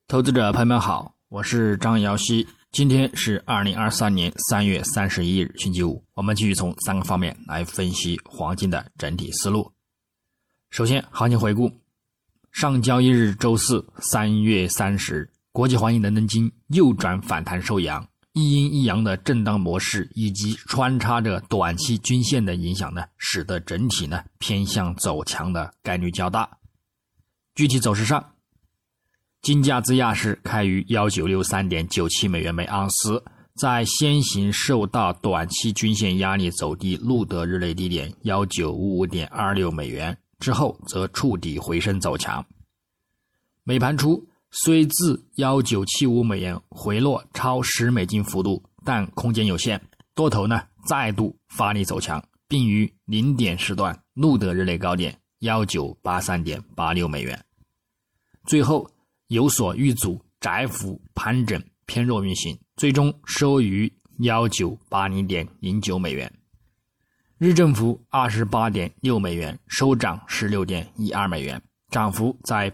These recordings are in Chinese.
投资者朋友们好，我是张瑶希，今天是2023年3月31日星期五，我们继续从3个方面来分析黄金的整体思路。首先，行情回顾，上交易日周四3月30日，国际黄金伦敦金右转反弹收阳，一阴一阳的震荡模式以及穿插着短期均线的影响呢，使得整体呢偏向走强的概率较大。具体走势上，金价自亚市开于 1963.97 美元每盎司，在先行受到短期均线压力走低录得日内低点 1955.26 美元之后，则触底回升走强。美盘初虽自1975美元回落超10美金幅度，但空间有限，多头呢再度发力走强，并于0点时段录得日内高点 1983.86 美元，最后有所遇阻，窄幅盘整偏弱运行，最终收于 1980.09 美元。日振幅 28.6 美元，收涨 16.12 美元，涨幅在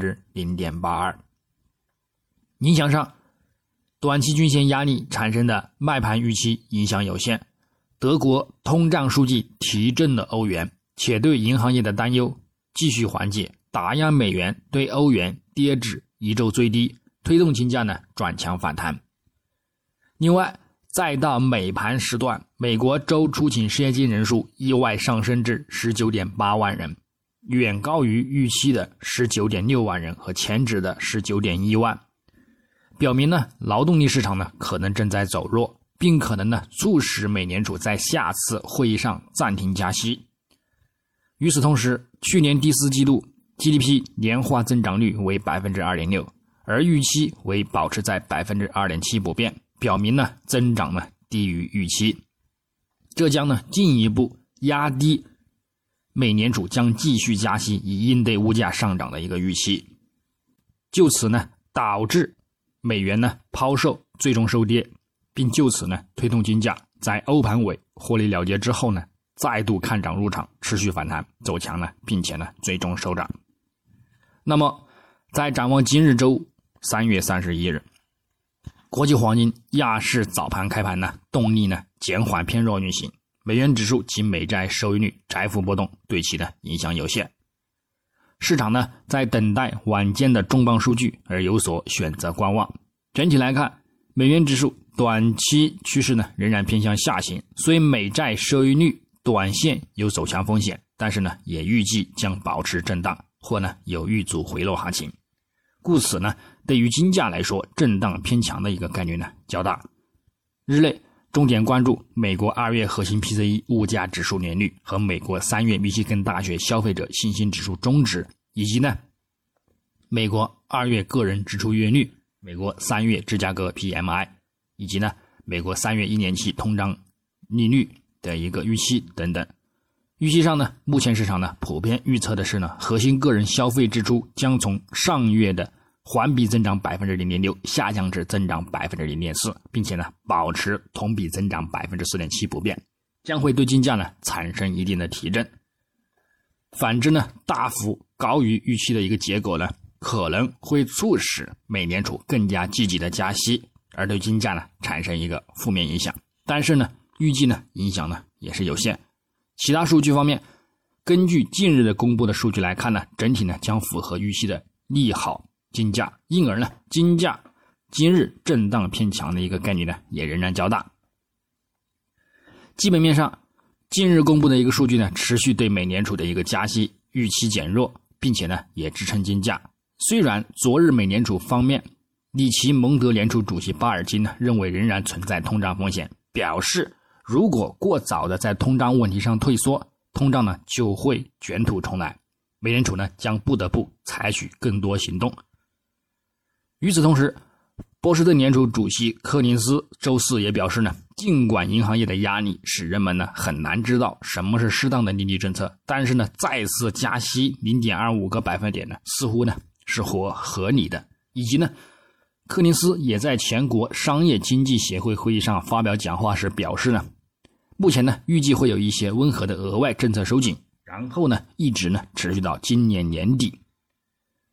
0.82%。 影响上，短期均线压力产生的卖盘预期影响有限，德国通胀数据提振了欧元，且对银行业的担忧继续缓解，打压美元对欧元跌至一周最低，推动金价呢转强反弹。另外，再到美盘时段，美国周出勤失业金人数意外上升至 19.8 万人，远高于预期的 19.6 万人和前值的 19.1 万，表明呢劳动力市场呢可能正在走弱，并可能呢促使美联储在下次会议上暂停加息。与此同时，去年第四季度 GDP 年化增长率为 2.6%， 而预期为保持在 2.7% 不变，表明呢增长呢低于预期，这将呢进一步压低美联储将继续加息以应对物价上涨的一个预期，就此呢导致美元呢抛售最终收跌，并就此呢推动金价在欧盘尾获利了结之后呢再度看涨入场，持续反弹走强呢，并且呢最终收涨。那么在展望今日周3月31日，国际黄金亚市早盘开盘呢动力呢减缓偏弱运行，美元指数及美债收益率窄幅波动，对其的影响有限。市场呢在等待晚间的重磅数据而有所选择观望。整体来看，美元指数短期趋势呢仍然偏向下行，虽美债收益率短线有走强风险，但是呢也预计将保持震荡或呢有遇阻回落行情，故此呢对于金价来说，震荡偏强的一个概率呢较大。日内重点关注美国2月核心 PCE 物价指数年率和美国3月密歇根大学消费者信心指数终值，以及呢美国2月个人支出月率、美国3月芝加哥 PMI， 以及呢美国3月1年期通胀利率的一个预期等等。预期上呢，目前市场呢普遍预测的是呢，核心个人消费支出将从上月的环比增长 0.6% 下降至增长 0.4%， 并且呢保持同比增长 4.7% 不变，将会对金价呢产生一定的提振。反之呢，大幅高于预期的一个结果呢，可能会促使美联储更加积极的加息，而对金价呢产生一个负面影响。但是呢，预计呢影响呢也是有限。其他数据方面，根据近日的公布的数据来看呢，整体呢将符合预期的利好金价，因而呢金价今日震荡偏强的一个概率呢也仍然较大。基本面上，近日公布的一个数据呢持续对美联储的一个加息预期减弱，并且呢也支撑金价。虽然昨日美联储方面里奇蒙德联储主席巴尔金呢认为仍然存在通胀风险，表示如果过早的在通胀问题上退缩，通胀呢就会卷土重来，美联储呢将不得不采取更多行动。与此同时，波士顿联储主席柯林斯周四也表示呢，尽管银行业的压力使人们呢很难知道什么是适当的利率政策，但是呢再次加息 0.25 个百分点呢似乎呢是合理的。以及呢柯林斯也在全国商业经济协会会议上发表讲话时表示呢，目前呢预计会有一些温和的额外政策收紧，然后呢一直呢持续到今年年底。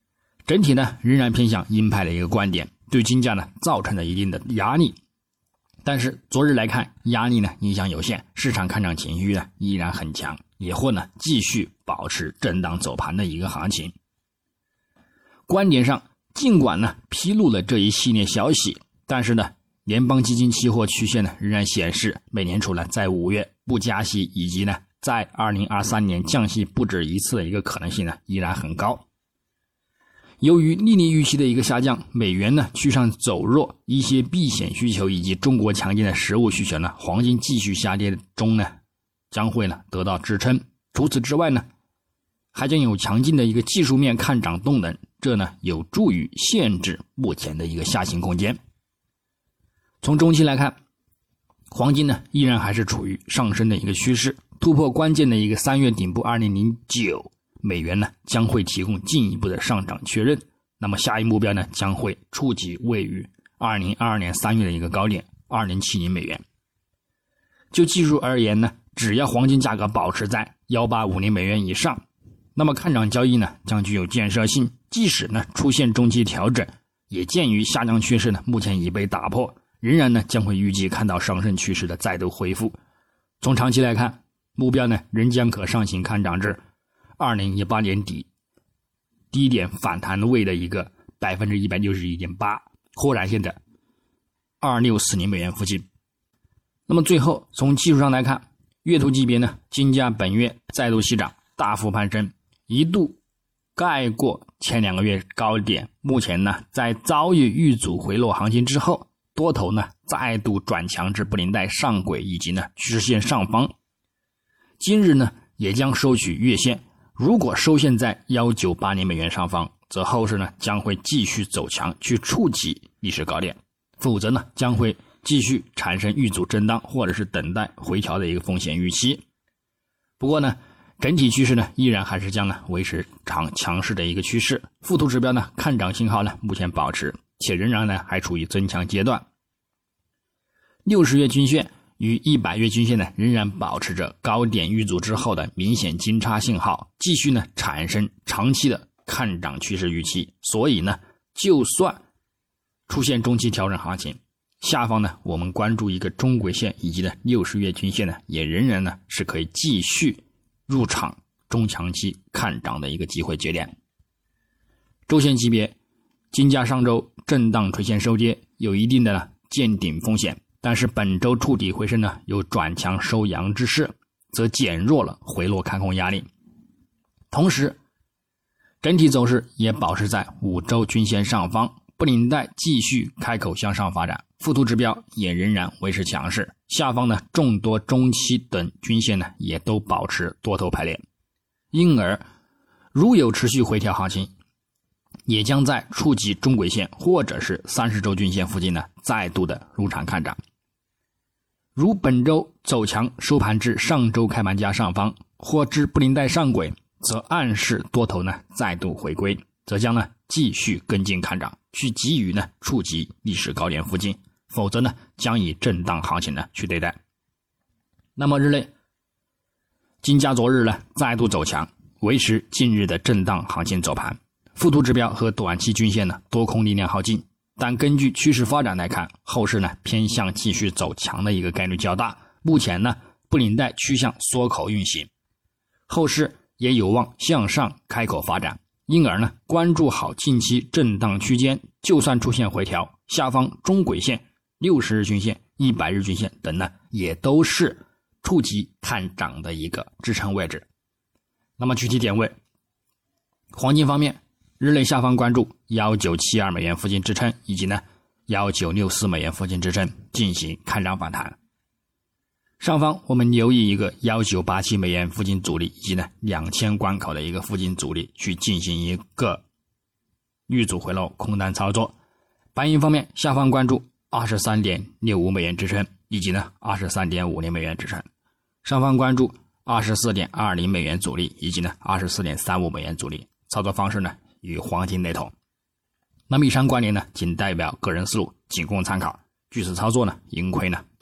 整体呢仍然偏向鹰派的一个观点，对金价呢造成了一定的压力。但是昨日来看，压力呢影响有限，市场看涨情绪呢依然很强，也或呢继续保持震荡走盘的一个行情。观点上，尽管呢披露了这一系列消息，但是呢联邦基金期货曲线呢仍然显示，美联储呢在5月不加息，以及呢在2023年降息不止一次的一个可能性呢依然很高。由于利率预期的一个下降，美元呢趋向走弱，一些避险需求以及中国强劲的实物需求呢，黄金继续下跌中呢将会呢得到支撑。除此之外呢，还将有强劲的一个技术面看涨动能，这呢有助于限制目前的一个下行空间。从中期来看，黄金呢依然还是处于上升的一个趋势，突破关键的一个3月顶部2009，美元呢将会提供进一步的上涨确认。那么下一目标呢将会触及位于2022年3月的一个高点2070美元。就技术而言呢，只要黄金价格保持在1850美元以上，那么看涨交易呢将具有建设性，即使呢出现中期调整，也鉴于下降趋势呢目前已被打破，仍然呢将会预计看到上升趋势的再度恢复。从长期来看，目标呢仍将可上行看涨至2018年底低点反弹位的一个 161.8%， 或然线的2640美元附近。那么最后从技术上来看，月图级别呢，金价本月再度续涨，大幅攀升，一度盖过前2个月高点。目前呢在遭遇遇阻回落行情之后，多头呢再度转强至布林带上轨以及呢趋势线上方，今日呢也将收取月线，如果收线在1980美元上方，则后市呢将会继续走强去触及历史高点，否则呢将会继续产生遇阻震荡或者是等待回调的一个风险预期。不过呢整体趋势呢依然还是将呢维持强势的一个趋势，附图指标呢看涨信号呢目前保持，且仍然呢还处于增强阶段。60月均线与100月均线呢仍然保持着高点遇阻之后的明显金叉信号，继续呢产生长期的看涨趋势预期。所以呢就算出现中期调整行情，下方呢我们关注一个中轨线以及呢60月均线呢也仍然呢是可以继续入场中长期看涨的一个机会节点。周线级别，金价上周震荡垂线收跌，有一定的呢见顶风险，但是本周触底回升呢有转强收阳之势，则减弱了回落看空压力。同时整体走势也保持在5周均线上方，布林带继续开口向上发展，附图指标也仍然维持强势，下方呢众多中期等均线呢也都保持多头排列，因而如有持续回调行情，也将在触及中轨线或者是30周均线附近呢再度的入场看涨。如本周走强收盘至上周开盘价上方或至布林带上轨，则暗示多头呢再度回归，则将呢继续跟进看涨，去急于呢触及历史高点附近，否则呢将以震荡行情呢去对待。那么日内金价昨日呢再度走强，维持近日的震荡行情走盘，附图指标和短期均线呢多空力量耗尽，但根据趋势发展来看，后市呢偏向继续走强的一个概率较大。目前呢布林带趋向缩口运行，后市也有望向上开口发展，因而呢关注好近期震荡区间，就算出现回调，下方中轨线、60日均线、100日均线等呢也都是触及看涨的一个支撑位置。那么具体点位，黄金方面，日内下方关注1972美元附近支撑，以及呢1964美元附近支撑进行看涨反弹。上方我们留意一个1987美元附近阻力，以及呢2000关口的一个附近阻力，去进行一个遇阻回落空单操作。白银方面，下方关注 23.65 美元支撑，以及呢 23.50 美元支撑。上方关注 24.20 美元阻力，以及呢 24.35 美元阻力。操作方式呢与黄金雷同。那么以上观点呢仅代表个人思路，仅供参考，据此操作呢盈亏呢